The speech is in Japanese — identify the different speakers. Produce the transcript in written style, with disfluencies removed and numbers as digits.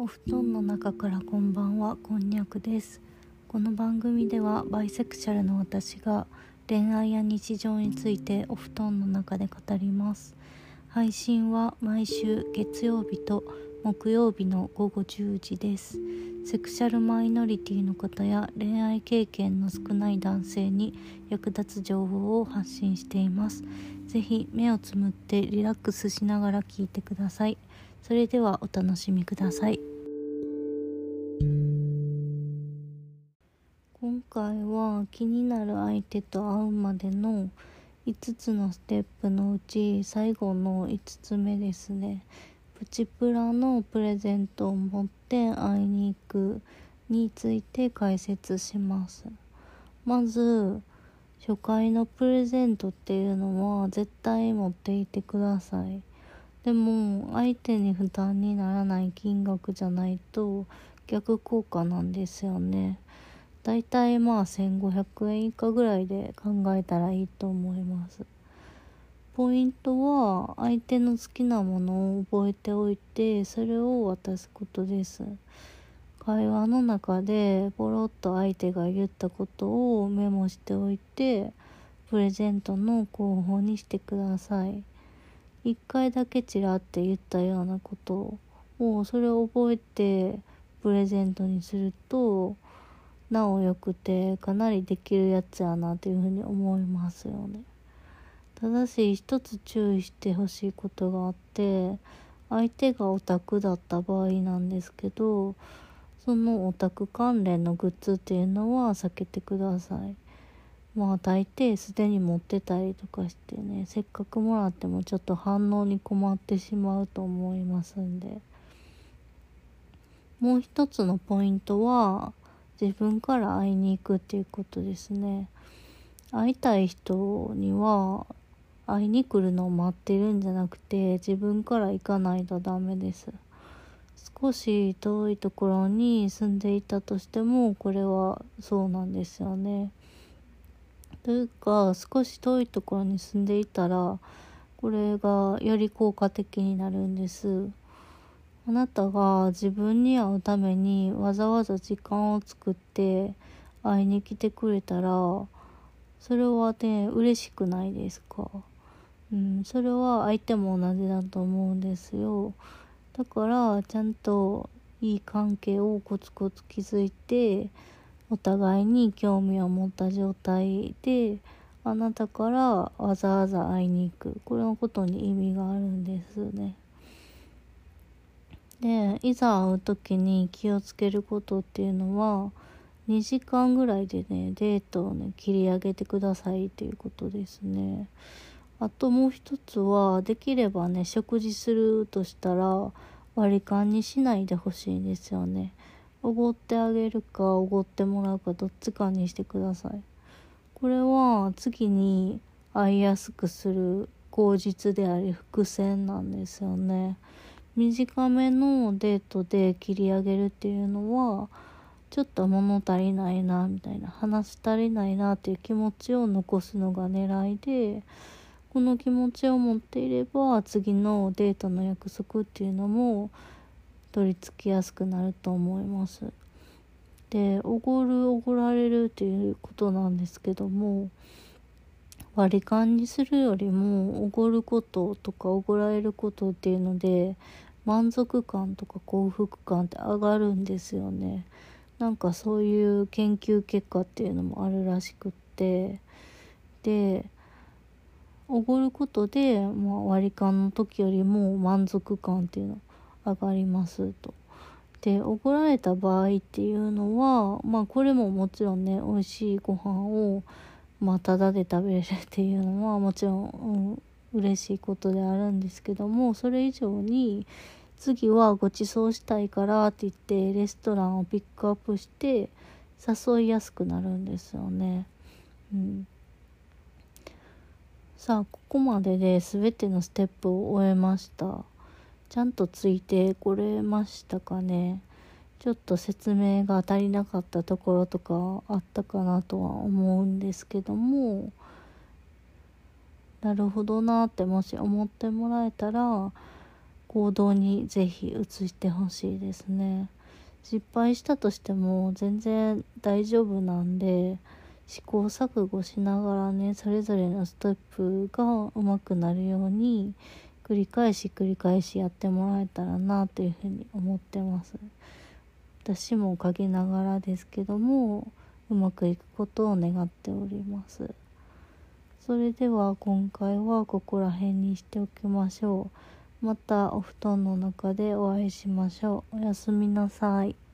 Speaker 1: お布団の中からこんばんは、こんにゃくです。この番組ではバイセクシャルの私が恋愛や日常についてお布団の中で語ります。配信は毎週月曜日と木曜日の午後10時です。セクシャルマイノリティの方や恋愛経験の少ない男性に役立つ情報を発信しています。ぜひ目をつむってリラックスしながら聞いてください。それではお楽しみください。今回は気になる相手と会うまでの5つのステップのうち最後の5つ目ですね。プチプラのプレゼントを持って会いに行くについて解説します。まず初回のプレゼントっていうのは絶対持っていてください。でも相手に負担にならない金額じゃないと逆効果なんですよね。だいたい1500円以下ぐらいで考えたらいいと思います。ポイントは相手の好きなものを覚えておいてそれを渡すことです。会話の中でポロッと相手が言ったことをメモしておいてプレゼントの候補にしてください。一回だけちらって言ったようなことをそれを覚えてプレゼントにするとなおよくてかなりできるやつやなというふうに思いますよね。ただし一つ注意してほしいことがあって、相手がオタクだった場合なんですけど、そのオタク関連のグッズっていうのは避けてください。大抵すでに持ってたりとかしてね、せっかくもらってもちょっと反応に困ってしまうと思いますんで。もう一つのポイントは自分から会いに行くっていうことですね。会いたい人には会いに来るのを待ってるんじゃなくて自分から行かないとダメです。少し遠いところに住んでいたとしてもこれはそうなんですよね。というか少し遠いところに住んでいたらこれがより効果的になるんです。あなたが自分に会うためにわざわざ時間を作って会いに来てくれたら、それはね、嬉しくないですか？それは相手も同じだと思うんですよ。だからちゃんといい関係をコツコツ築いて、お互いに興味を持った状態で、あなたからわざわざ会いに行く。これのことに意味があるんですね。で、いざ会う時に気をつけることっていうのは、2時間ぐらいでね、デートをね、切り上げてくださいっていうことですね。あともう一つは、できればね、食事するとしたら、割り勘にしないでほしいんですよね。おごってあげるか、おごってもらうか、どっちかにしてください。これは、次に会いやすくする口実であり、伏線なんですよね。短めのデートで切り上げるっていうのはちょっと物足りないなみたいな、話し足りないなっていう気持ちを残すのが狙いで、この気持ちを持っていれば次のデートの約束っていうのも取り付きやすくなると思います。で、おごられるっていうことなんですけども、割り勘にするよりもおごることとかおごられることっていうので満足感とか幸福感って上がるんですよね。なんかそういう研究結果っていうのもあるらしくって、でおごることで、割り勘の時よりも満足感っていうの上がりますと。で、おごられた場合っていうのはこれももちろんね、美味しいご飯をタダで食べれるっていうのはもちろん、嬉しいことであるんですけども、それ以上に次はご馳走したいからって言ってレストランをピックアップして誘いやすくなるんですよね。さあ、ここまでで全てのステップを終えました。ちゃんとついてこれましたかね。ちょっと説明が足りなかったところとかあったかなとは思うんですけども、なるほどなってもし思ってもらえたら、 行動にぜひ移してほしいですね。失敗したとしても全然大丈夫なんで、試行錯誤しながらね、それぞれのステップが上手くなるように繰り返し繰り返しやってもらえたらなというふうに思ってます。私も陰ながらですけども、うまくいくことを願っております。それでは今回はここら辺にしておきましょう。またお布団の中でお会いしましょう。おやすみなさい。